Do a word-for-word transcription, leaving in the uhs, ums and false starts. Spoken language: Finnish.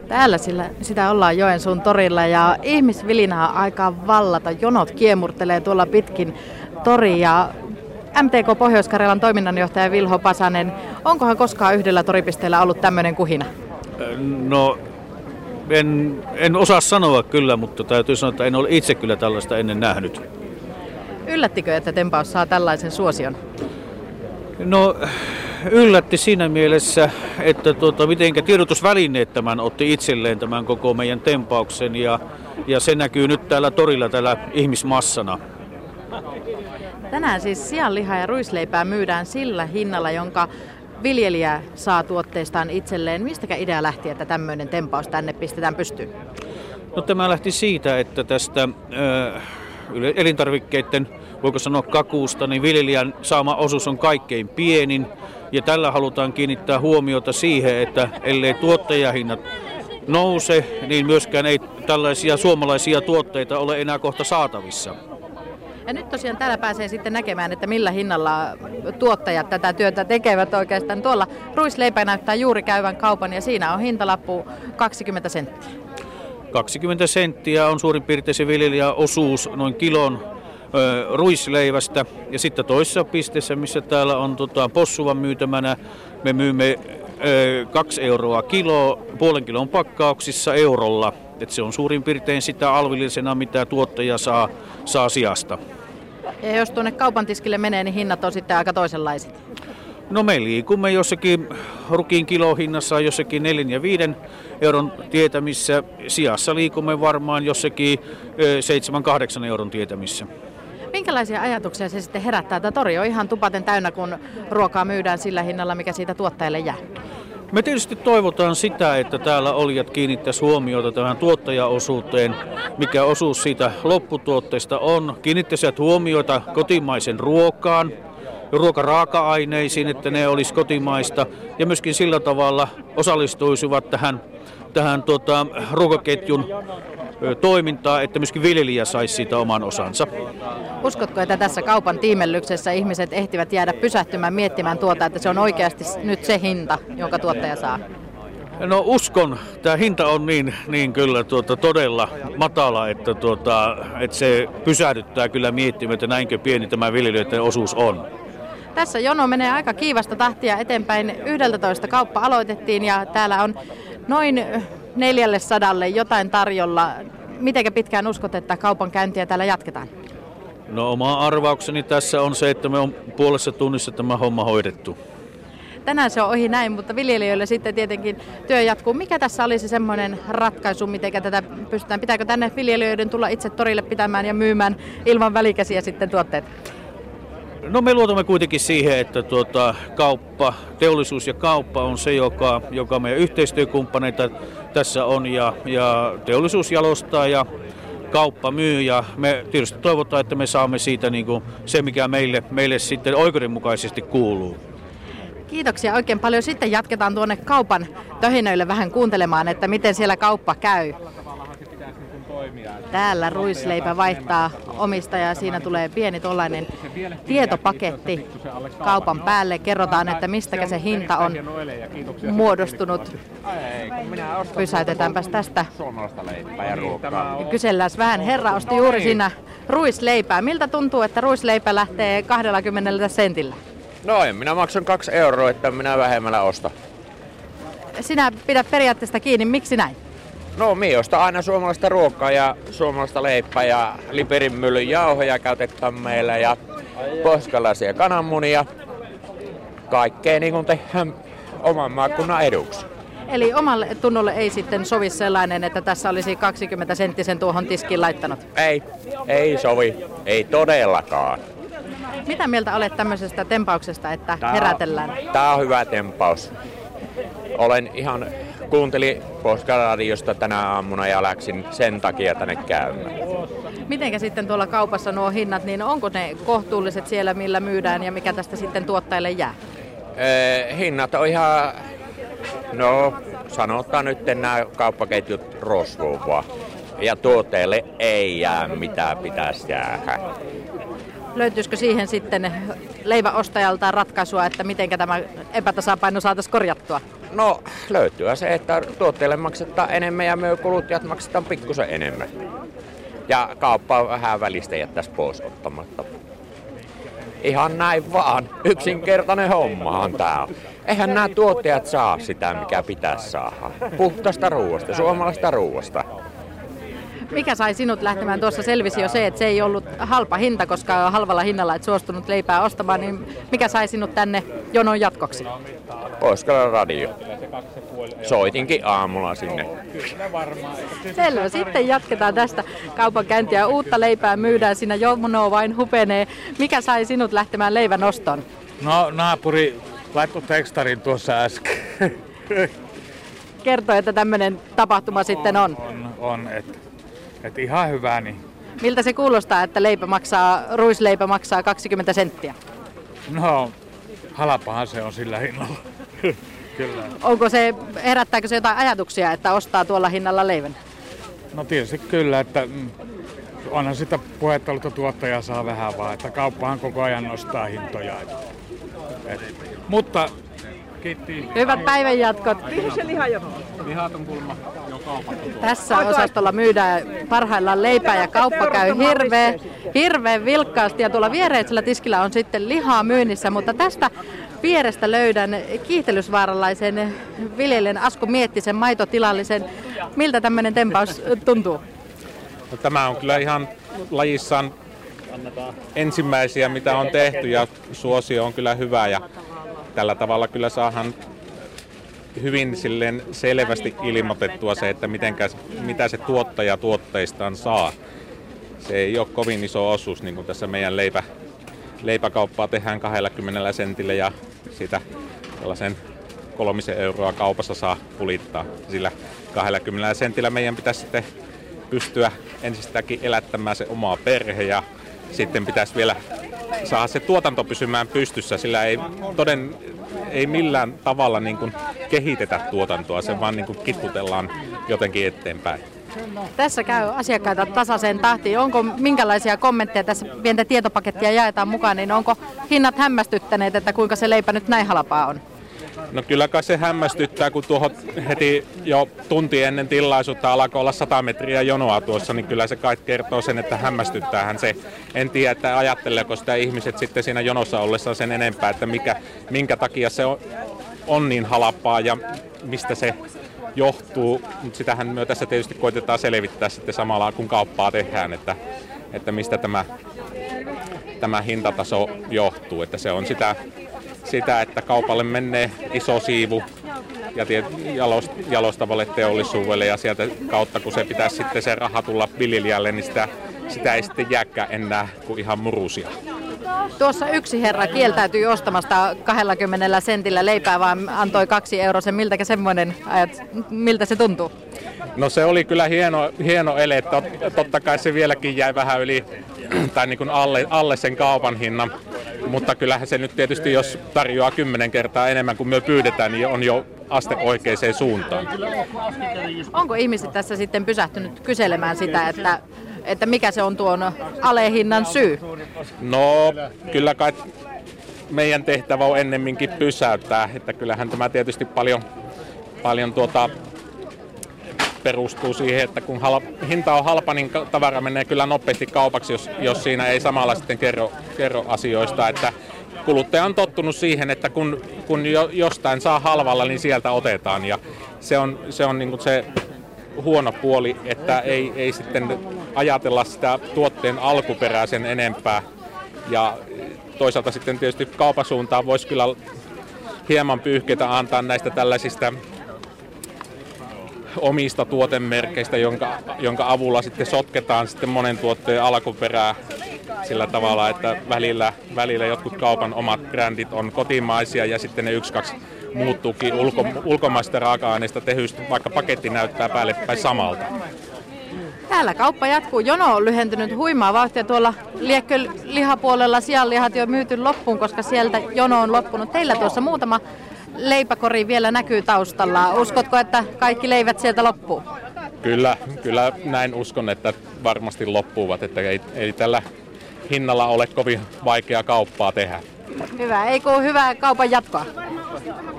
Täällä sillä, sitä ollaan Joensuun torilla ja ihmisvilinaa aikaa vallata. Jonot kiemurtelee tuolla pitkin tori ja M T K Pohjois-Karjalan toiminnanjohtaja Vilho Pasanen, onkohan koskaan yhdellä toripisteellä ollut tämmöinen kuhina? No en, en osaa sanoa kyllä, mutta täytyy sanoa, että en ole itse kyllä tällaista ennen nähnyt. Yllättikö, että tempaus saa tällaisen suosion? No yllätti siinä mielessä, että tuota, mitenkä tiedotusvälineet tämän otti itselleen tämän koko meidän tempauksen ja, ja se näkyy nyt täällä torilla täällä ihmismassana. Tänään siis sianlihaa ja ruisleipää myydään sillä hinnalla, jonka viljelijä saa tuotteestaan itselleen. Mistäkä idea lähti, että tämmöinen tempaus tänne pistetään pystyyn? No tämä lähti siitä, että tästä äh, elintarvikkeiden, voiko sanoa kakuusta, niin viljelijän saama osuus on kaikkein pienin. Ja tällä halutaan kiinnittää huomiota siihen, että ellei tuottajahinnat nouse, niin myöskään ei tällaisia suomalaisia tuotteita ole enää kohta saatavissa. Ja nyt tosiaan täällä pääsee sitten näkemään, että millä hinnalla tuottajat tätä työtä tekevät oikeastaan. Tuolla ruisleipä näyttää juuri käyvän kaupan ja siinä on hintalappu kaksikymmentä senttiä. kaksikymmentä senttiä on suurin piirtein se viljelijän osuus noin kilon ö, ruisleivästä. Ja sitten toisessa pisteessä, missä täällä on tota, possuvan myytämänä, me myymme ö, kaksi euroa kilo, puolen kilon pakkauksissa eurolla. Et se on suurin piirtein sitä alvillisena, mitä tuottaja saa, saa sijasta. Ja jos tuonne kaupan tiskille menee, niin hinnat on sitten aika toisenlaiset. No me liikumme jossakin rukiin kilohinnassa jossakin neljän ja viiden euron tietämissä. Sijassa liikumme varmaan jossakin seitsemän kahdeksan euron tietämissä. Minkälaisia ajatuksia se sitten herättää? Tämä tori on ihan tupaten täynnä, kun ruokaa myydään sillä hinnalla, mikä siitä tuottajalle jää. Me tietysti toivotaan sitä, että täällä olijat kiinnittäisi huomiota tähän tuottajaosuuteen, mikä osuus siitä lopputuotteesta on. Kiinnittäisivät huomiota kotimaisen ruokaan, ruokaraaka-aineisiin, että ne olisi kotimaista ja myöskin sillä tavalla osallistuisivat tähän, tähän tuota, ruokaketjun toimintaa, että myöskin viljelijä saisi siitä oman osansa. Uskotko, että tässä kaupan tiimellyksessä ihmiset ehtivät jäädä pysähtymään miettimään tuota, että se on oikeasti nyt se hinta, jonka tuottaja saa? No uskon. Tämä hinta on niin, niin kyllä tuota, todella matala, että, tuota, että se pysähdyttää kyllä miettimään, että näinkö pieni tämä viljelijöiden osuus on. Tässä jono menee aika kiivasta tahtia eteenpäin. yksitoista kauppa aloitettiin ja täällä on noin neljälle sadalle jotain tarjolla. Mitenkä pitkään uskot, että kaupan käyntiä täällä jatketaan? No oma arvaukseni tässä on se, että me on puolessa tunnissa tämä homma hoidettu. Tänään se on ohi näin, mutta viljelijöille sitten tietenkin työ jatkuu. Mikä tässä olisi semmoinen ratkaisu, miten tätä pystytään? Pitääkö tänne viljelijöiden tulla itse torille pitämään ja myymään ilman välikäsiä sitten tuotteet? No me luotamme kuitenkin siihen, että tuota, kauppa, teollisuus ja kauppa on se, joka, joka meidän yhteistyökumppaneita tässä on ja, ja teollisuus jalostaa ja kauppa myy ja me tietysti toivotaan, että me saamme siitä niin kuin se, mikä meille, meille sitten oikeudenmukaisesti kuuluu. Kiitoksia oikein paljon. Sitten jatketaan tuonne kaupan töhinöille vähän kuuntelemaan, että miten siellä kauppa käy. Täällä ruisleipä vaihtaa omistajaa. Siinä tulee pieni tuollainen tietopaketti kaupan päälle. Kerrotaan, että mistäkä se hinta on muodostunut. Pysäytetäänpäs tästä. Kysellään vähän. Herra osti juuri siinä ruisleipää. Miltä tuntuu, että ruisleipä lähtee kaksikymmentä sentillä? No en, minä maksan kaksi euroa, että minä vähemmällä osta. Sinä pidät periaatteesta kiinni. Miksi näin? No minä ostan aina suomalaista ruokaa ja suomalaista leipää ja Liperin myllyn jauhoja käytetään meillä ja pohjois-karjalaisia kananmunia. Kaikkea niin kuin tehdään oman maakunnan eduksi. Eli omalle tunnolle ei sitten sovi sellainen, että tässä olisi kaksikymmentä senttisen tuohon tiskiin laittanut? Ei, ei sovi. Ei todellakaan. Mitä mieltä olet tämmöisestä tempauksesta, että tää, herätellään? Tämä on hyvä tempaus. Olen ihan, kuuntelin Pohjois-Radiosta tänä aamuna ja läksin sen takia tänne käymään. Mitenkä sitten tuolla kaupassa nuo hinnat, niin onko ne kohtuulliset siellä, millä myydään ja mikä tästä sitten tuottajille jää? Eh, hinnat on ihan, no sanotaan nyt nämä kauppaketjut rosvoon vaan. Ja tuotteille ei jää mitä pitäisi jäädä. Löytyisikö siihen sitten leiväostajalta ratkaisua, että miten tämä epätasapaino saataisiin korjattua? No löytyy se, että tuotteille maksetaan enemmän ja me kuluttajat maksetaan pikkusen enemmän. Ja kauppaa vähän välistä jättäisi pois ottamatta. Ihan näin vaan. Yksinkertainen hommahan tää on. Eihän nämä tuottajat saa sitä, mikä pitäisi saada. Puhtaasta ruoasta, suomalaista ruoasta. Mikä sai sinut lähtemään? Tuossa selvisi jo se, että se ei ollut halpa hinta, koska halvalla hinnalla et suostunut leipää ostamaan. Niin mikä sai sinut tänne jonon jatkoksi? Pohjois-Karjalan radio. Soitinkin aamulla sinne. Selvä. Sitten jatketaan tästä kaupankäyntiä. Uutta leipää myydään, siinä jono vain hupenee. Mikä sai sinut lähtemään leivän ostoon? No naapuri laittoi tekstarin tuossa äsken. Kertoo, että tämmöinen tapahtuma on, sitten on. On, on että et ihan hyvä. Niin. Miltä se kuulostaa, että leipä maksaa, ruisleipä maksaa kaksikymmentä senttiä? No, halpahan se on sillä hinnalla. Kyllä. Onko se, herättääkö se jotain ajatuksia, että ostaa tuolla hinnalla leivän? No tietysti kyllä, että onhan sitä puhetta ollut, että tuottaja saa vähän vaan, että kauppahan koko ajan nostaa hintoja. Et, et, mutta kiitti. Hyvät päivänjatkot. Lihaton kulma, jo kaupattu. Tässä osastolla myydään parhaillaan leipää ja kauppa käy hirveän, hirveän vilkkaasti ja tuolla viereisellä tiskillä on sitten lihaa myynnissä, mutta tästä vierestä löydän kiihtelysvaaralaisen viljelijän Asko Miettisen maitotilallisen. Miltä tämmöinen tempaus tuntuu? No, tämä on kyllä ihan lajissaan ensimmäisiä, mitä on tehty ja suosio on kyllä hyvä ja tällä tavalla kyllä saadaan hyvin silleen selvästi ilmoitettua se, että mitenkä, mitä se tuottaja tuotteistaan saa. Se ei ole kovin iso osuus, niin kuin tässä meidän leipä, leipäkauppaa tehdään kaksikymmentä sentillä ja sitä tällaisen kolmisen euroa kaupassa saa pulittaa. Sillä kaksikymmentä sentillä meidän pitäisi sitten pystyä ensistäkin elättämään se omaa perhe ja sitten pitäisi vielä saada se tuotanto pysymään pystyssä, sillä ei, toden, ei millään tavalla niin kuin kehitetä tuotantoa, se vaan niin kuin kitkutellaan jotenkin eteenpäin. Tässä käy asiakkaita tasaiseen tahtiin. Onko minkälaisia kommentteja, tässä pientä tietopakettia jaetaan mukaan, niin onko hinnat hämmästyttäneet, että kuinka se leipä nyt näin halpaa on? No kyllä kai se hämmästyttää, kun tuohon heti jo tunti ennen tilaisuutta alkoi olla sata metriä jonoa tuossa, niin kyllä se kai kertoo sen, että hämmästyttäähän se. En tiedä, että ajatteleeko sitä ihmiset sitten siinä jonossa ollessaan sen enempää, että mikä, minkä takia se on, on niin halpaa ja mistä se johtuu. Mutta sitähän me tässä tietysti koitetaan selvittää sitten samalla, kun kauppaa tehdään, että, että mistä tämä, tämä hintataso johtuu. Että se on sitä... sitä, että kaupalle menee iso siivu ja jalostavalle teollisuudelle ja sieltä kautta, kun se pitäisi sitten se raha tulla viljelijälle, niin sitä, sitä ei sitten jääkään enää kuin ihan murusia. Tuossa yksi herra kieltäytyi ostamasta kaksikymmentä sentillä leipää, vaan antoi kaksi euroa. Miltä semmoinen ajat, miltä se tuntuu? No se oli kyllä hieno, hieno ele. Totta kai se vieläkin jäi vähän yli tai niin kuin alle, alle sen kaupan hinnan. Mutta kyllähän se nyt tietysti, jos tarjoaa kymmenen kertaa enemmän kuin me pyydetään, niin on jo aste oikeaan suuntaan. Onko ihmiset tässä sitten pysähtynyt kyselemään sitä, että, että mikä se on tuon alehinnan syy? No kyllä kai meidän tehtävä on ennemminkin pysäyttää, että kyllähän tämä tietysti paljon, paljon tuota, perustuu siihen, että kun halpa, hinta on halpa, niin tavara menee kyllä nopeasti kaupaksi, jos, jos siinä ei samalla sitten kerro, kerro asioista. Että kuluttaja on tottunut siihen, että kun, kun jo, jostain saa halvalla, niin sieltä otetaan. Ja se on se, on niin kuin se huono puoli, että ei, ei sitten ajatella sitä tuotteen alkuperää sen enempää. Ja toisaalta sitten tietysti kaupasuuntaan voisi kyllä hieman pyyhkeitä antaa näistä tällaisista omista tuotemerkeistä, jonka, jonka avulla sitten sotketaan sitten monen tuotteen alkuperää sillä tavalla, että välillä, välillä jotkut kaupan omat brändit on kotimaisia ja sitten ne yksi, kaksi muuttuukin ulko, ulkomaista raaka-aineista tehystä, vaikka paketti näyttää päälle päin samalta. Täällä kauppa jatkuu. Jono on lyhentynyt huimaa vauhtia. Tuolla liekkö lihapuolella sianlihat jo myyty loppuun, koska sieltä jono on loppunut. Teillä tuossa muutama leipäkori vielä näkyy taustalla. Uskotko, että kaikki leivät sieltä loppuu? Kyllä, kyllä näin uskon, että varmasti loppuvat, että ei, ei tällä hinnalla ole kovin vaikea kauppaa tehdä. Hyvä, eikö ole hyvää kaupan jatkoa?